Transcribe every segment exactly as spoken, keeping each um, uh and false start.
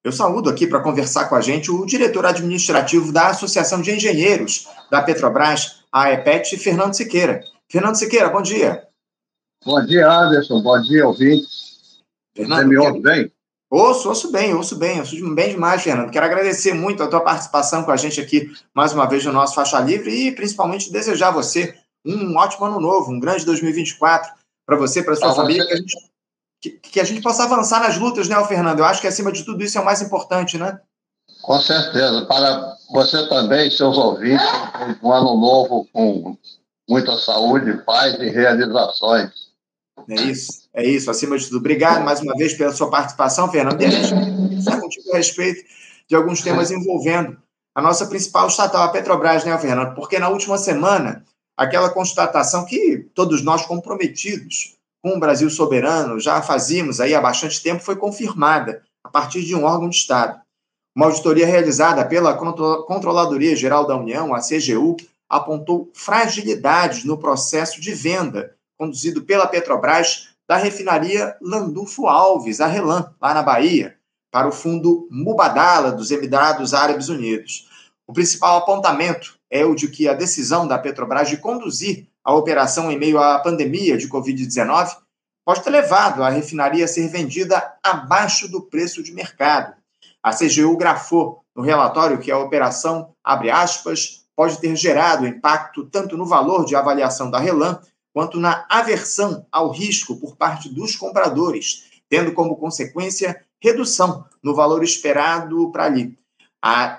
Eu saúdo aqui para conversar com a gente o diretor administrativo da Associação de Engenheiros da Petrobras, a AEPET, Fernando Siqueira. Fernando Siqueira, bom dia. Bom dia, Anderson. Bom dia, ouvintes. Fernando, Você me ouve quero... bem? Ouço, ouço bem, ouço bem, ouço bem demais, Fernando. Quero agradecer muito a tua participação com a gente aqui, mais uma vez, no nosso Faixa Livre e, principalmente, desejar a você um ótimo ano novo, um grande dois mil e vinte e quatro, para você, para sua Pra família, você... que a gente... Que, que a gente possa avançar nas lutas, né, Fernando? Eu acho que, acima de tudo, isso é o mais importante, né? Com certeza. Para você também, seus ouvintes, um ano novo com muita saúde, paz e realizações. É isso, é isso, acima de tudo. Obrigado mais uma vez pela sua participação, Fernando. E a gente vai conversar contigo a respeito de alguns temas envolvendo a nossa principal estatal, a Petrobras, né, Fernando? Porque na última semana, aquela constatação que todos nós comprometidos com o Brasil soberano já fazíamos aí há bastante tempo foi confirmada a partir de um órgão de Estado. Uma auditoria realizada pela Controladoria Geral da União, a C G U, apontou fragilidades no processo de venda conduzido pela Petrobras da refinaria Landulfo Alves, a Relan, lá na Bahia, para o fundo Mubadala dos Emirados Árabes Unidos. O principal apontamento é o de que a decisão da Petrobras de conduzir a operação em meio à pandemia de covid dezenove pode ter levado a refinaria a ser vendida abaixo do preço de mercado. A C G U grafou no relatório que a operação, abre aspas, pode ter gerado impacto tanto no valor de avaliação da Relan quanto na aversão ao risco por parte dos compradores, tendo como consequência redução no valor esperado para ali. A,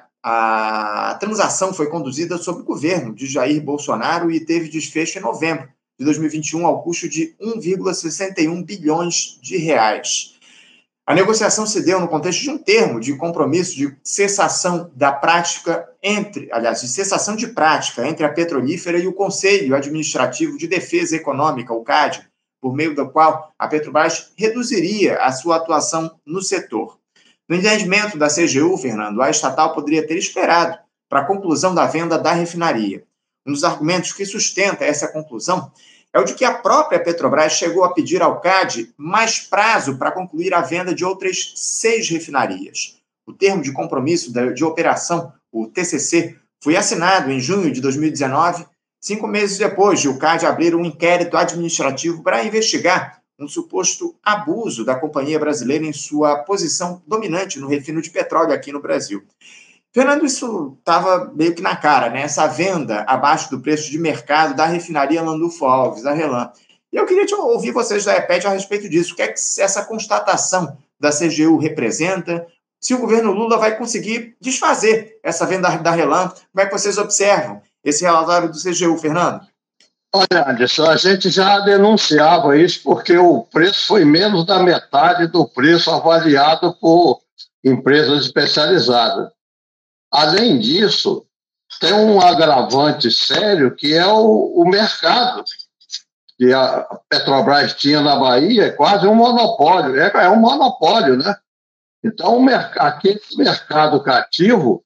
a transação foi conduzida sob o governo de Jair Bolsonaro e teve desfecho em novembro de dois mil e vinte e um ao custo de um vírgula sessenta e um bilhões de reais. A negociação se deu no contexto de um termo de compromisso de cessação da prática entre, aliás, de cessação de prática entre a petrolífera e o Conselho Administrativo de Defesa Econômica, o CAD, por meio do qual a Petrobras reduziria a sua atuação no setor. No entendimento da C G U, Fernando, a estatal poderia ter esperado para a conclusão da venda da refinaria. Um dos argumentos que sustenta essa conclusão é o de que a própria Petrobras chegou a pedir ao CAD mais prazo para concluir a venda de outras seis refinarias. O termo de compromisso de operação, o T C C, foi assinado em junho de dois mil e dezenove, cinco meses depois de o CAD abrir um inquérito administrativo para investigar um suposto abuso da companhia brasileira em sua posição dominante no refino de petróleo aqui no Brasil. Fernando, isso estava meio que na cara, né? Essa venda abaixo do preço de mercado da refinaria Landulfo Alves, da Relan. E eu queria te ouvir vocês da AEPET a respeito disso. O que é que essa constatação da C G U representa? Se o governo Lula vai conseguir desfazer essa venda da Relan, como é que vocês observam esse relatório do C G U, Fernando? Olha, Anderson, a gente já denunciava isso porque o preço foi menos da metade do preço avaliado por empresas especializadas. Além disso, tem um agravante sério que é o, o mercado que a Petrobras tinha na Bahia, é quase um monopólio, é, é um monopólio, né? Então, o merc- aquele mercado cativo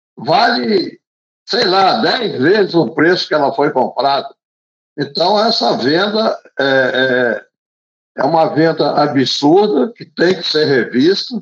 vale, sei lá, dez vezes o preço que ela foi comprada. Então, essa venda é, é, é uma venda absurda que tem que ser revista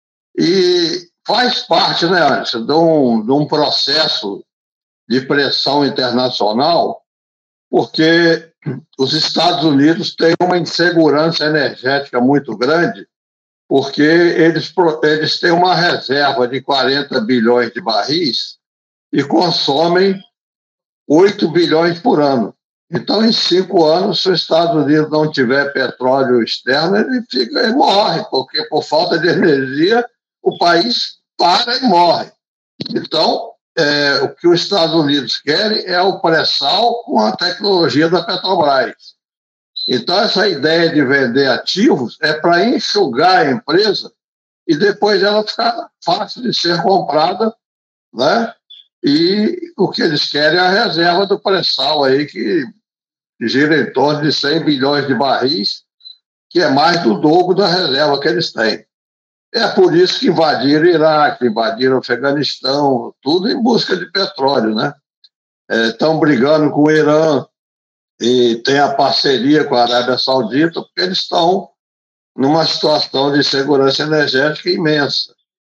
e faz parte, né, Anderson, de um, de um processo de pressão internacional, porque os Estados Unidos têm uma insegurança energética muito grande, porque eles, eles têm uma reserva de quarenta bilhões de barris e consomem oito bilhões por ano. Então, em cinco anos, se os Estados Unidos não tiver petróleo externo, ele, fica, ele morre, porque por falta de energia, o país para e morre. Então, é, o que os Estados Unidos querem é o pré-sal com a tecnologia da Petrobras. Então, essa ideia de vender ativos é para enxugar a empresa e depois ela ficar fácil de ser comprada, né? E o que eles querem é a reserva do pré-sal aí, que gira em torno de cem bilhões de barris, que é mais do dobro da reserva que eles têm. É por isso que invadiram o Iraque, invadiram o Afeganistão, tudo em busca de petróleo, né? Estão é, brigando com o Irã e tem a parceria com a Arábia Saudita, porque eles estão numa situação de segurança energética imensa.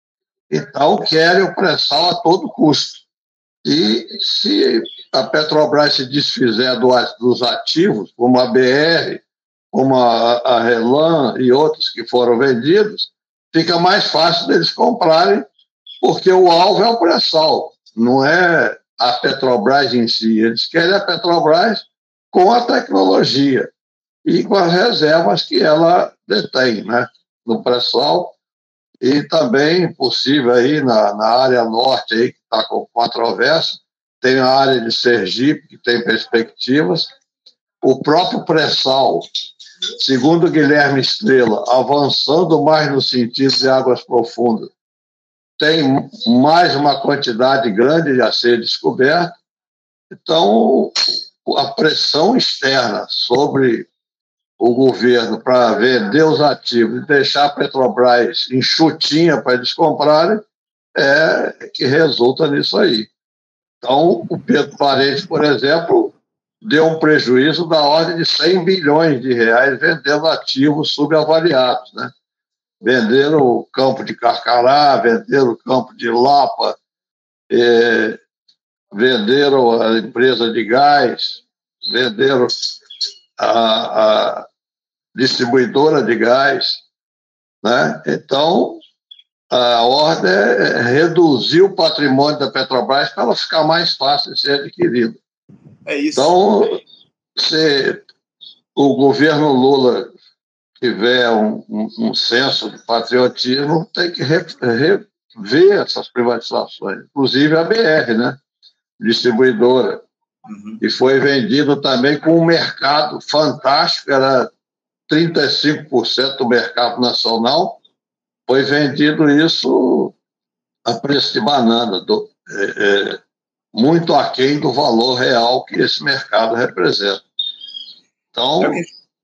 Então, querem o pré-sal a todo custo. E se a Petrobras se desfizer do, dos ativos, como a B R, como a, a Relan e outros que foram vendidos, fica mais fácil deles comprarem, porque o alvo é o pré-sal, não é a Petrobras em si. Eles querem a Petrobras com a tecnologia e com as reservas que ela detém, né, no pré-sal. E também possível aí na, na área norte, aí, que está com controvérsia, tem a área de Sergipe, que tem perspectivas. O próprio pré-sal, segundo Guilherme Estrela, avançando mais no sentido de águas profundas, tem mais uma quantidade grande a ser descoberta. Então, a pressão externa sobre o governo para vender os ativos e deixar a Petrobras enxutinha para eles comprarem, é que resulta nisso aí. Então, o Pedro Parente, por exemplo, deu um prejuízo da ordem de cem bilhões de reais vendendo ativos subavaliados, né? Venderam o campo de Carcará, venderam o campo de Lapa, eh, venderam a empresa de gás, venderam a, a distribuidora de gás, né? Então, a ordem é reduzir o patrimônio da Petrobras para ela ficar mais fácil de ser adquirida. É isso. Então, se o governo Lula tiver um, um, um senso de patriotismo, tem que re, rever essas privatizações, inclusive a B R, né? Distribuidora, uhum. E foi vendido também com um mercado fantástico, era trinta e cinco por cento do mercado nacional, foi vendido isso a preço de banana, do, é, é, muito aquém do valor real que esse mercado representa. Então... É o, que,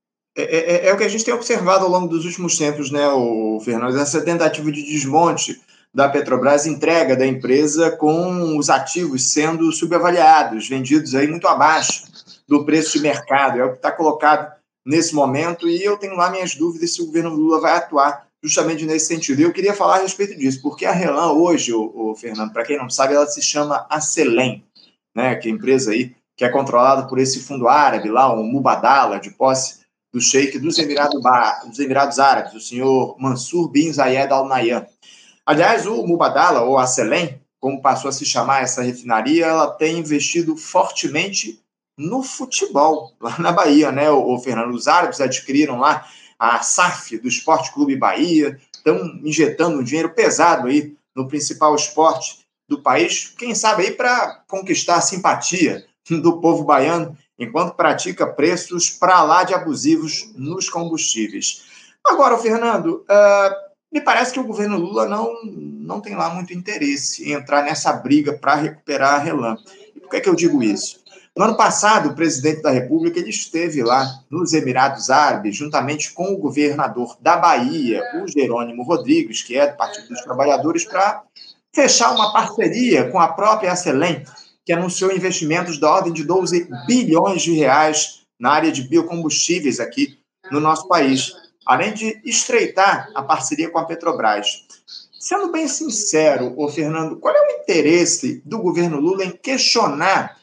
é, é, é o que a gente tem observado ao longo dos últimos tempos, né, o Fernando, essa tentativa de desmonte da Petrobras, entrega da empresa com os ativos sendo subavaliados, vendidos aí muito abaixo do preço de mercado, é o que está colocado nesse momento, e eu tenho lá minhas dúvidas se o governo Lula vai atuar justamente nesse sentido. E eu queria falar a respeito disso, porque a Relan hoje, o, o Fernando, para quem não sabe, ela se chama Acelen, né, que é a empresa aí que é controlada por esse fundo árabe lá, o Mubadala, de posse do sheik dos Emirados, dos Emirados Árabes, o senhor Mansur bin Zayed Al Nahyan. Aliás, o Mubadala, ou Acelen, como passou a se chamar essa refinaria, ela tem investido fortemente no futebol, lá na Bahia, né, o, o Fernando? Os árabes adquiriram lá a S A F do Esporte Clube Bahia, estão injetando um dinheiro pesado aí no principal esporte do país, quem sabe aí para conquistar a simpatia do povo baiano, enquanto pratica preços para lá de abusivos nos combustíveis. Agora, Fernando, uh, me parece que o governo Lula não, não tem lá muito interesse em entrar nessa briga para recuperar a Relan. E por que é que eu digo isso? No ano passado, o presidente da República ele esteve lá nos Emirados Árabes, juntamente com o governador da Bahia, o Jerônimo Rodrigues, que é do Partido dos Trabalhadores, para fechar uma parceria com a própria Acelen, que anunciou investimentos da ordem de doze bilhões de reais na área de biocombustíveis aqui no nosso país, além de estreitar a parceria com a Petrobras. Sendo bem sincero, ô Fernando, qual é o interesse do governo Lula em questionar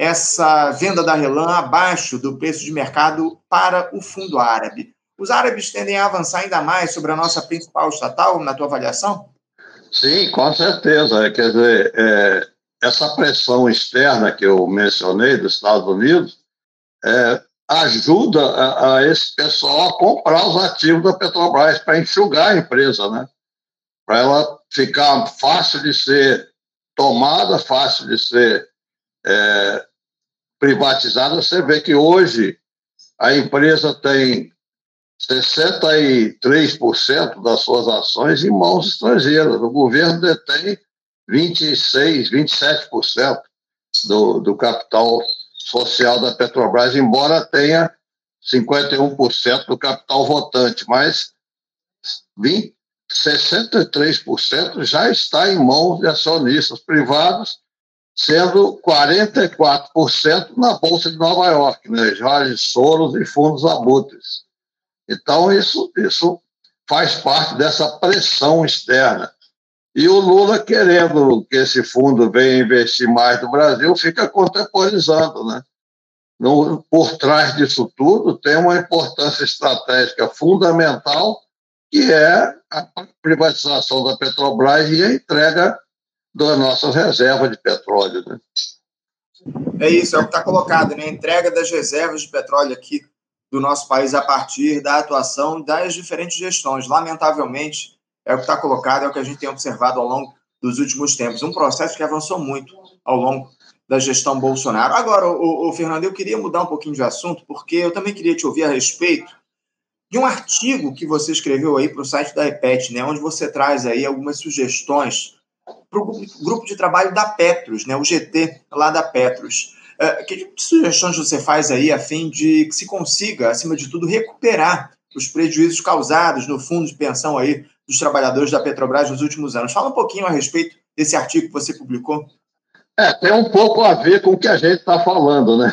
essa venda da Relan abaixo do preço de mercado para o fundo árabe? Os árabes tendem a avançar ainda mais sobre a nossa principal estatal, na tua avaliação? Sim, com certeza. Quer dizer, é, essa pressão externa que eu mencionei dos Estados Unidos é, ajuda a, a esse pessoal a comprar os ativos da Petrobras para enxugar a empresa, né? Para ela ficar fácil de ser tomada, fácil de ser é, privatizada. Você vê que hoje a empresa tem sessenta e três por cento das suas ações em mãos estrangeiras. O governo detém vinte e seis, vinte e sete por cento do, do capital social da Petrobras, embora tenha cinquenta e um por cento do capital votante, mas vinte, sessenta e três por cento já está em mãos de acionistas privados, sendo quarenta e quatro por cento na Bolsa de Nova York, né? Jorge Soros e fundos abutres. Então, isso, isso faz parte dessa pressão externa. E o Lula, querendo que esse fundo venha investir mais no Brasil, fica contemporizando, né? No, por trás disso tudo, tem uma importância estratégica fundamental, que é a privatização da Petrobras e a entrega das nossas reservas de petróleo, né? É isso, é o que está colocado, né? A entrega das reservas de petróleo aqui do nosso país a partir da atuação das diferentes gestões. Lamentavelmente, é o que está colocado, é o que a gente tem observado ao longo dos últimos tempos. Um processo que avançou muito ao longo da gestão Bolsonaro. Agora, o, o Fernando, eu queria mudar um pouquinho de assunto, porque eu também queria te ouvir a respeito de um artigo que você escreveu aí para o site da Repete, né, onde você traz aí algumas sugestões para o grupo de trabalho da Petros, né, o G T lá da Petros. Uh, que tipo de sugestões você faz aí a fim de que se consiga, acima de tudo, recuperar os prejuízos causados no fundo de pensão aí dos trabalhadores da Petrobras nos últimos anos? Fala um pouquinho a respeito desse artigo que você publicou. É, tem um pouco a ver com o que a gente está falando, né?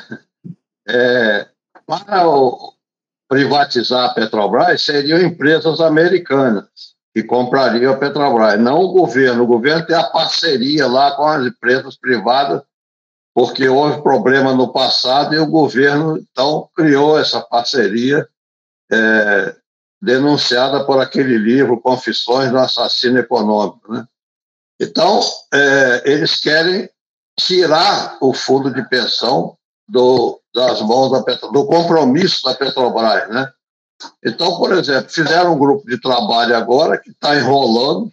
É, para o, privatizar a Petrobras, seriam empresas americanas que comprariam a Petrobras, não o governo. O governo tem a parceria lá com as empresas privadas, porque houve problema no passado e o governo, então, criou essa parceria é, denunciada por aquele livro, Confissões do Assassino Econômico, né? Então, é, eles querem tirar o fundo de pensão do, das mãos da Petro, do compromisso da Petrobras, né? Então, por exemplo, fizeram um grupo de trabalho agora que está enrolando.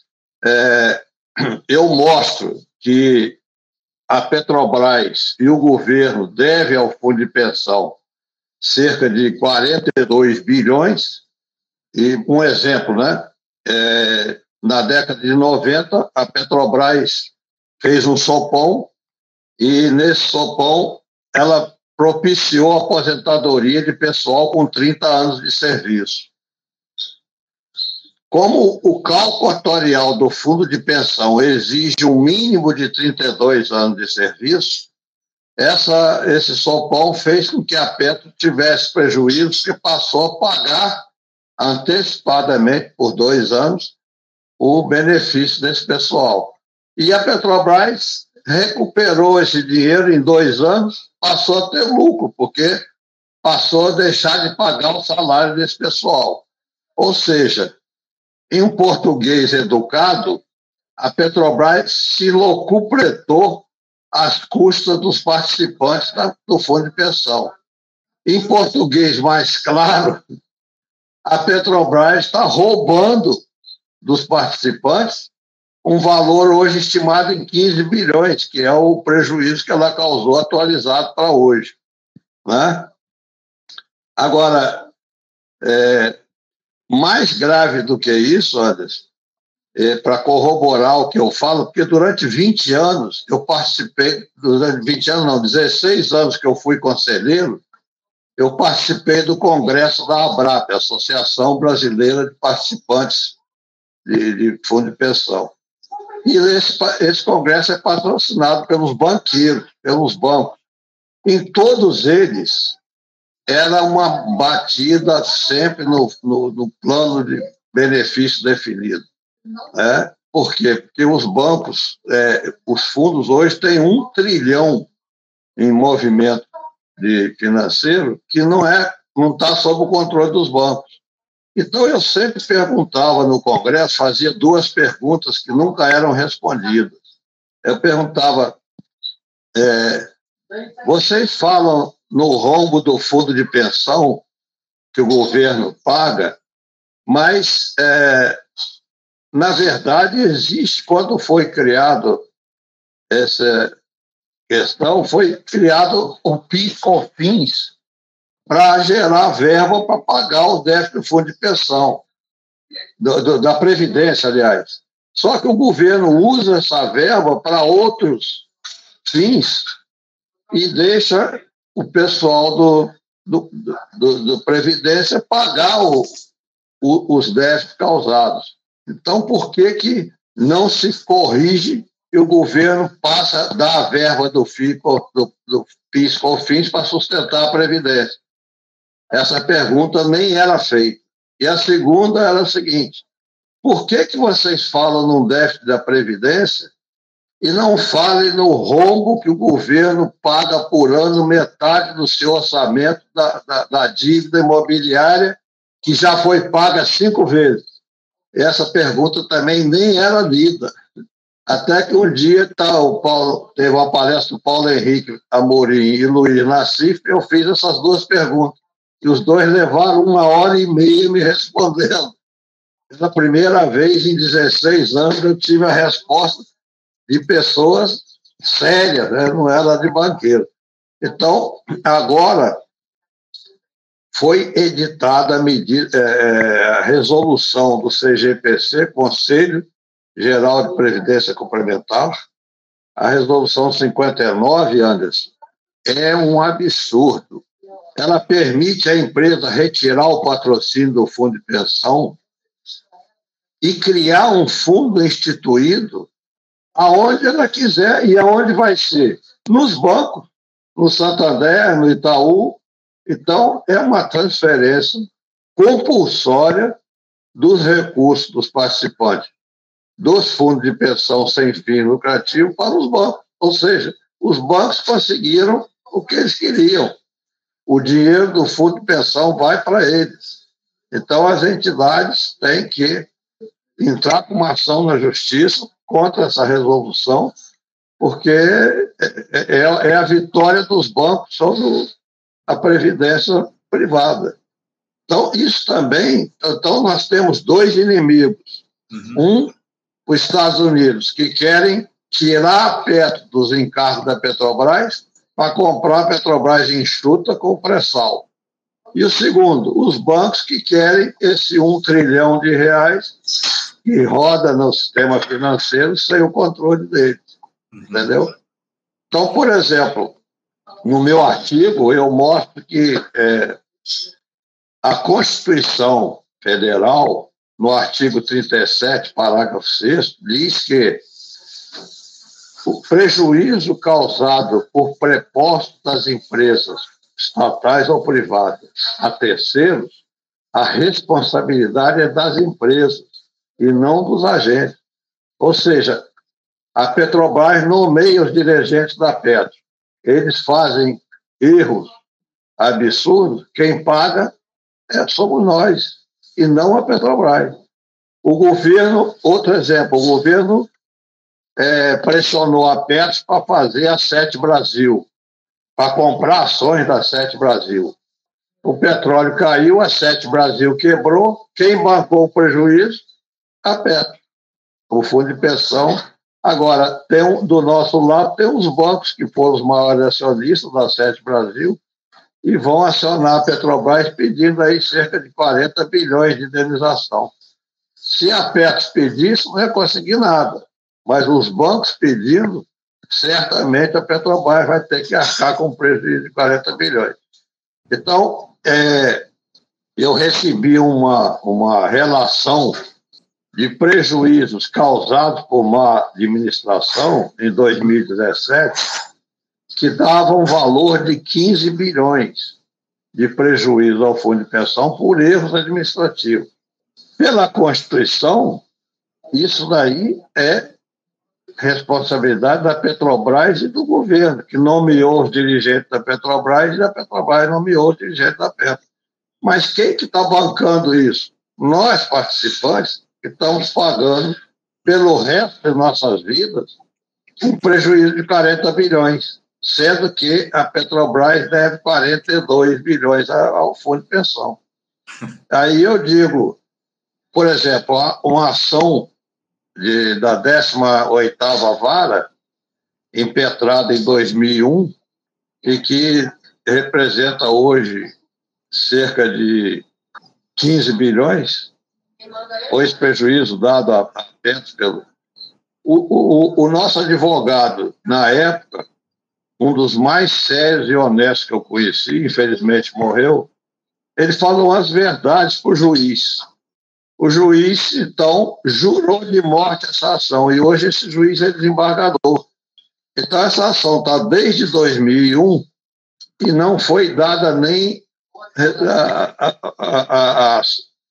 É, eu mostro que a Petrobras e o governo devem ao fundo de pensão cerca de quarenta e dois bilhões. E um exemplo, né? É, na década de noventa, a Petrobras fez um sopão e, nesse sopão, ela propiciou a aposentadoria de pessoal com trinta anos de serviço. Como o cálculo atuarial do fundo de pensão exige um mínimo de trinta e dois anos de serviço, essa, esse sopão fez com que a Petro tivesse prejuízos que passou a pagar antecipadamente, por dois anos, o benefício desse pessoal. E a Petrobras recuperou esse dinheiro em dois anos, passou a ter lucro, porque passou a deixar de pagar o salário desse pessoal. Ou seja, em um português educado, a Petrobras se locupletou às custas dos participantes do fundo de pensão. Em português mais claro, a Petrobras está roubando dos participantes um valor hoje estimado em quinze bilhões, que é o prejuízo que ela causou atualizado para hoje, né? Agora, é, mais grave do que isso, Anderson, é, para corroborar o que eu falo, porque durante vinte anos eu participei, durante vinte anos não, dezesseis anos que eu fui conselheiro, eu participei do congresso da ABRAP, Associação Brasileira de Participantes de, de Fundo de Pensão. E esse, esse congresso é patrocinado pelos banqueiros, pelos bancos. Em todos eles, era uma batida sempre no, no, no plano de benefício definido. Né? Por quê? Porque os bancos, é, os fundos hoje têm um trilhão em movimento de financeiro que não é, não está sob o controle dos bancos. Então, eu sempre perguntava no Congresso, fazia duas perguntas que nunca eram respondidas. Eu perguntava, é, vocês falam no rombo do fundo de pensão que o governo paga, mas, é, na verdade, existe, quando foi criado essa questão, foi criado o PIS/COFINS para gerar verba para pagar o déficit do fundo de pensão, do, do, da Previdência, aliás. Só que o governo usa essa verba para outros fins e deixa o pessoal do, do, do, do Previdência pagar o, o, os déficits causados. Então, por que, que não se corrige e o governo passa a dar a verba do, do, do PIS/COFINS para sustentar a Previdência? Essa pergunta nem era feita. E a segunda era a seguinte: por que, que vocês falam num déficit da Previdência e não falem no rombo que o governo paga por ano metade do seu orçamento da, da, da dívida imobiliária, que já foi paga cinco vezes? Essa pergunta também nem era lida. Até que um dia tá, o Paulo, teve uma palestra do Paulo Henrique Amorim e Luiz Nassif, eu fiz essas duas perguntas. E os dois levaram uma hora e meia me respondendo. Pela primeira vez em dezesseis anos eu tive a resposta de pessoas sérias, né? Não era de banqueiro. Então, agora foi editada a, medida, é, a resolução do C G P C, Conselho Geral de Previdência Complementar, a resolução cinquenta e nove, Anderson, é um absurdo. Ela permite à empresa retirar o patrocínio do fundo de pensão e criar um fundo instituído aonde ela quiser. E aonde vai ser? Nos bancos, no Santander, no Itaú. Então, é uma transferência compulsória dos recursos dos participantes dos fundos de pensão sem fim lucrativo para os bancos. Ou seja, os bancos conseguiram o que eles queriam. O dinheiro do fundo de pensão vai para eles. Então, as entidades têm que entrar com uma ação na justiça contra essa resolução, porque é, é a vitória dos bancos sobre a previdência privada. Então, isso também... Então, nós temos dois inimigos. Uhum. Um, os Estados Unidos, que querem tirar a Petro dos encargos da Petrobras para comprar a Petrobras enxuta com pré-sal. E o segundo, os bancos que querem esse um trilhão de reais que roda no sistema financeiro sem o controle deles. Uhum. Entendeu? Então, por exemplo, no meu artigo, eu mostro que é, a Constituição Federal, no artigo trinta e sete, parágrafo sexto, diz que o prejuízo causado por prepostos das empresas estatais ou privadas a terceiros, a responsabilidade é das empresas e não dos agentes. Ou seja, a Petrobras nomeia os dirigentes da Petro. Eles fazem erros absurdos, quem paga é, somos nós, e não a Petrobras. O governo, outro exemplo, o governo é, pressionou a Petro para fazer a Sete Brasil, para comprar ações da Sete Brasil. O petróleo caiu, a Sete Brasil quebrou, quem bancou o prejuízo? A Petro, o fundo de pensão. Agora, tem um, do nosso lado, tem os bancos que foram os maiores acionistas da Sete Brasil, e vão acionar a Petrobras pedindo aí cerca de quarenta bilhões de indenização. Se a Petro pedisse, não ia conseguir nada. Mas os bancos pedindo, certamente a Petrobras vai ter que arcar com um prejuízo de quarenta bilhões. Então, é, eu recebi uma, uma relação de prejuízos causados por má administração em dois mil e dezessete, que dava um valor de quinze bilhões de prejuízo ao fundo de pensão por erros administrativos. Pela Constituição, isso daí é responsabilidade da Petrobras e do governo, que nomeou os dirigentes da Petrobras e a Petrobras nomeou os dirigentes da Petro. Mas quem que está bancando isso? Nós, participantes, que estamos pagando pelo resto de nossas vidas um prejuízo de quarenta bilhões. Sendo que a Petrobras deve quarenta e dois bilhões ao fundo de pensão. Aí eu digo, por exemplo, uma ação de, da décima oitava Vara, impetrada em dois mil e um, e que representa hoje cerca de quinze bilhões, foi esse prejuízo dado a, a Petro pelo... O, o, o nosso advogado, na época, um dos mais sérios e honestos que eu conheci, infelizmente morreu, ele falou as verdades para o juiz. O juiz, então, jurou de morte essa ação, e hoje esse juiz é desembargador. Então, essa ação está desde dois mil e um e não foi dada nem a, a, a, a,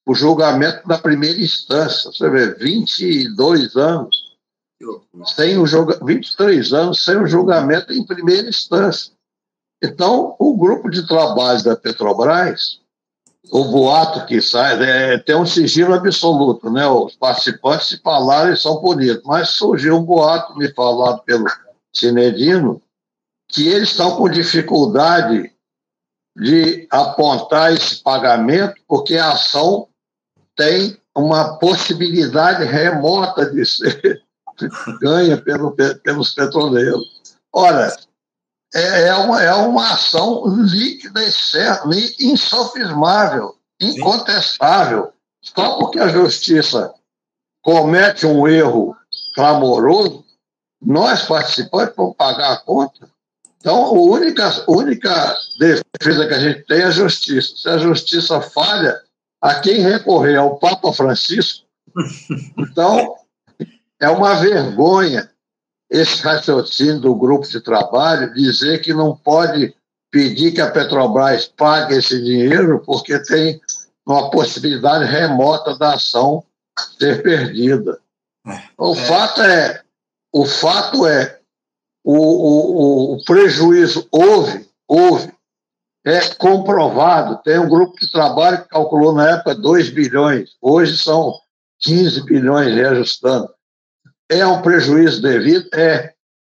o julgamento da primeira instância. Você vê, vinte e dois anos, sem o julga... vinte e três anos sem o julgamento em primeira instância. Então, o grupo de trabalho da Petrobras, o boato que sai, é, tem um sigilo absoluto, né? Os participantes se falaram e são punidos, mas surgiu um boato me falado pelo Cinedino que eles estão com dificuldade de apontar esse pagamento porque a ação tem uma possibilidade remota de ser ganha pelo, pelos petroleiros. Ora, é uma, é uma ação líquida e certa, insofismável, incontestável. Só porque a justiça comete um erro clamoroso, nós, participantes, vamos pagar a conta. Então, a única, única defesa que a gente tem é a justiça. Se a justiça falha, a quem recorrer ao Papa Francisco. Então, é uma vergonha esse raciocínio do grupo de trabalho dizer que não pode pedir que a Petrobras pague esse dinheiro porque tem uma possibilidade remota da ação ser perdida. O é. fato é, o fato é, o, o, o prejuízo houve, houve, é comprovado. Tem um grupo de trabalho que calculou na época dois bilhões, hoje são quinze bilhões reajustando. É um prejuízo devido? É.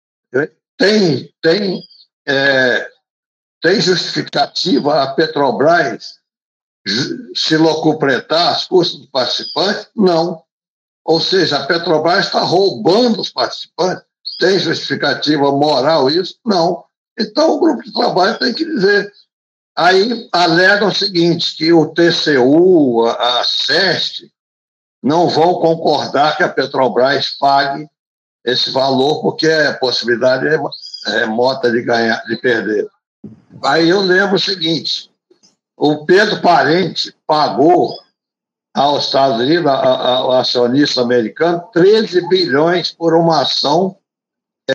Tem, tem, é, tem justificativa a Petrobras se locupletar as custas dos participantes? Não. Ou seja, a Petrobras está roubando os participantes. Tem justificativa moral isso? Não. Então o grupo de trabalho tem que dizer. Aí alegam o seguinte, que o T C U, a, a SEST, não vão concordar que a Petrobras pague esse valor porque é possibilidade remota de ganhar, de perder. Aí eu lembro o seguinte, o Pedro Parente pagou aos Estados Unidos, ao acionista americano, treze bilhões por uma ação é,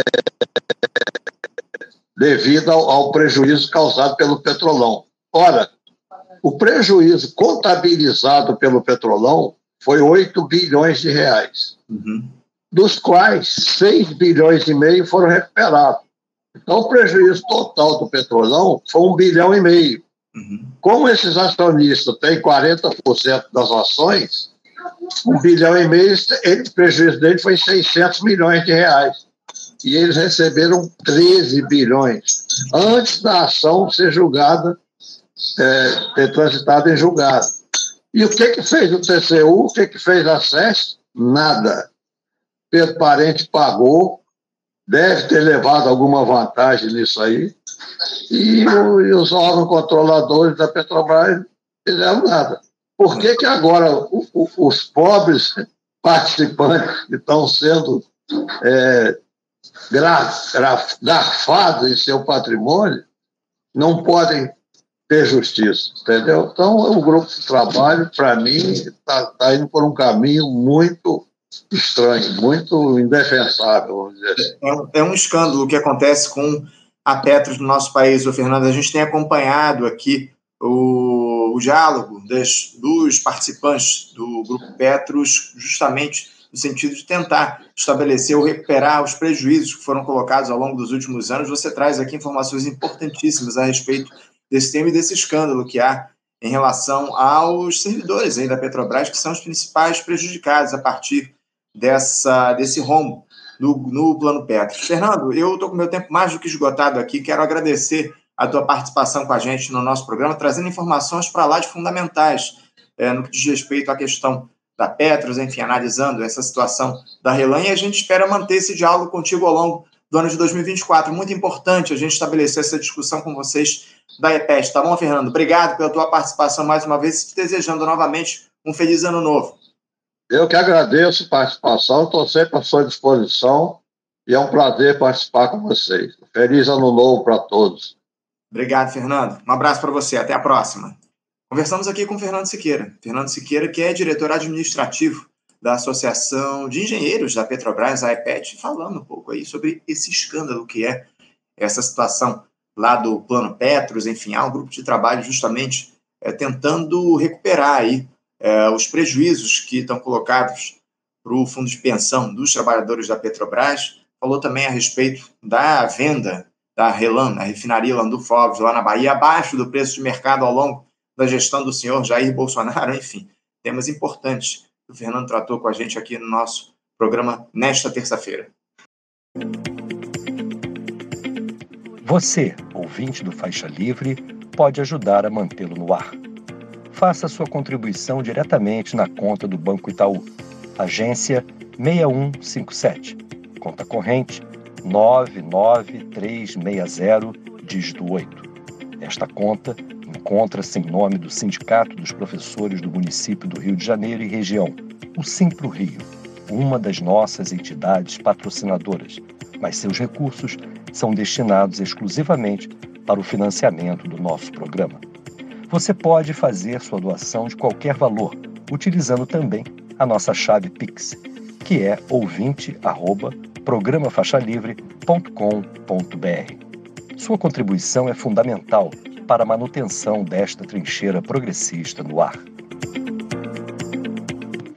devido ao, ao prejuízo causado pelo Petrolão. Ora, o prejuízo contabilizado pelo Petrolão foi oito bilhões de reais, uhum. dos quais seis bilhões e meio foram recuperados. Então, o prejuízo total do Petrolão foi um bilhão e meio. Uhum. Como esses acionistas têm quarenta por cento das ações, um bilhão e meio, ele, o prejuízo dele foi seiscentos milhões de reais. E eles receberam treze bilhões, antes da ação ser julgada, é, ter transitado em julgado. E o que que fez o T C U? O que que fez a SESC? Nada. Pedro Parente pagou, deve ter levado alguma vantagem nisso aí, e, o, e os órgãos controladores da Petrobras fizeram nada. Por que que agora o, o, os pobres participantes que estão sendo é, graf, graf, garfados em seu patrimônio não podem ter justiça, entendeu? Então, o grupo de trabalho, para mim, está tá indo por um caminho muito estranho, muito indefensável, vamos dizer assim. É um, é um escândalo o que acontece com a Petros no nosso país, o Fernando. A gente tem acompanhado aqui o, o diálogo das, dos participantes do Grupo Petros, justamente no sentido de tentar estabelecer ou recuperar os prejuízos que foram colocados ao longo dos últimos anos. Você traz aqui informações importantíssimas a respeito desse tema e desse escândalo que há em relação aos servidores aí da Petrobras, que são os principais prejudicados a partir dessa, desse rombo no, no Plano Petros. Fernando, eu estou com meu tempo mais do que esgotado aqui, quero agradecer a tua participação com a gente no nosso programa, trazendo informações para lá de fundamentais é, no que diz respeito à questão da Petros, enfim, analisando essa situação da RLAM, e a gente espera manter esse diálogo contigo ao longo do ano de dois mil e vinte e quatro. Muito importante a gente estabelecer essa discussão com vocês da EPET. Tá bom, Fernando? Obrigado pela tua participação mais uma vez e te desejando novamente um feliz ano novo. Eu que agradeço a participação, estou sempre à sua disposição e é um prazer participar com vocês. Feliz ano novo para todos. Obrigado, Fernando. Um abraço para você. Até a próxima. Conversamos aqui com o Fernando Siqueira. Fernando Siqueira, que é diretor administrativo da Associação de Engenheiros da Petrobras, a EPET, falando um pouco aí sobre esse escândalo que é essa situação lá do Plano Petros. Enfim, há um grupo de trabalho justamente é, tentando recuperar aí é, os prejuízos que estão colocados para o fundo de pensão dos trabalhadores da Petrobras, falou também a respeito da venda da Relan, a refinaria Landulfo Alves, lá na Bahia, abaixo do preço de mercado ao longo da gestão do senhor Jair Bolsonaro, enfim, temas importantes que o Fernando tratou com a gente aqui no nosso programa nesta terça-feira. Você, ouvinte do Faixa Livre, pode ajudar a mantê-lo no ar. Faça sua contribuição diretamente na conta do Banco Itaú, agência seis um cinco sete, conta corrente nove nove três seis zero, dígito oito. Esta conta encontra-se em nome do Sindicato dos Professores do Município do Rio de Janeiro e região, o Simpro Rio, uma das nossas entidades patrocinadoras, mas seus recursos são destinados exclusivamente para o financiamento do nosso programa. Você pode fazer sua doação de qualquer valor, utilizando também a nossa chave Pix, que é ouvinte arroba programa faixa livre ponto com ponto br. Sua contribuição é fundamental para a manutenção desta trincheira progressista no ar.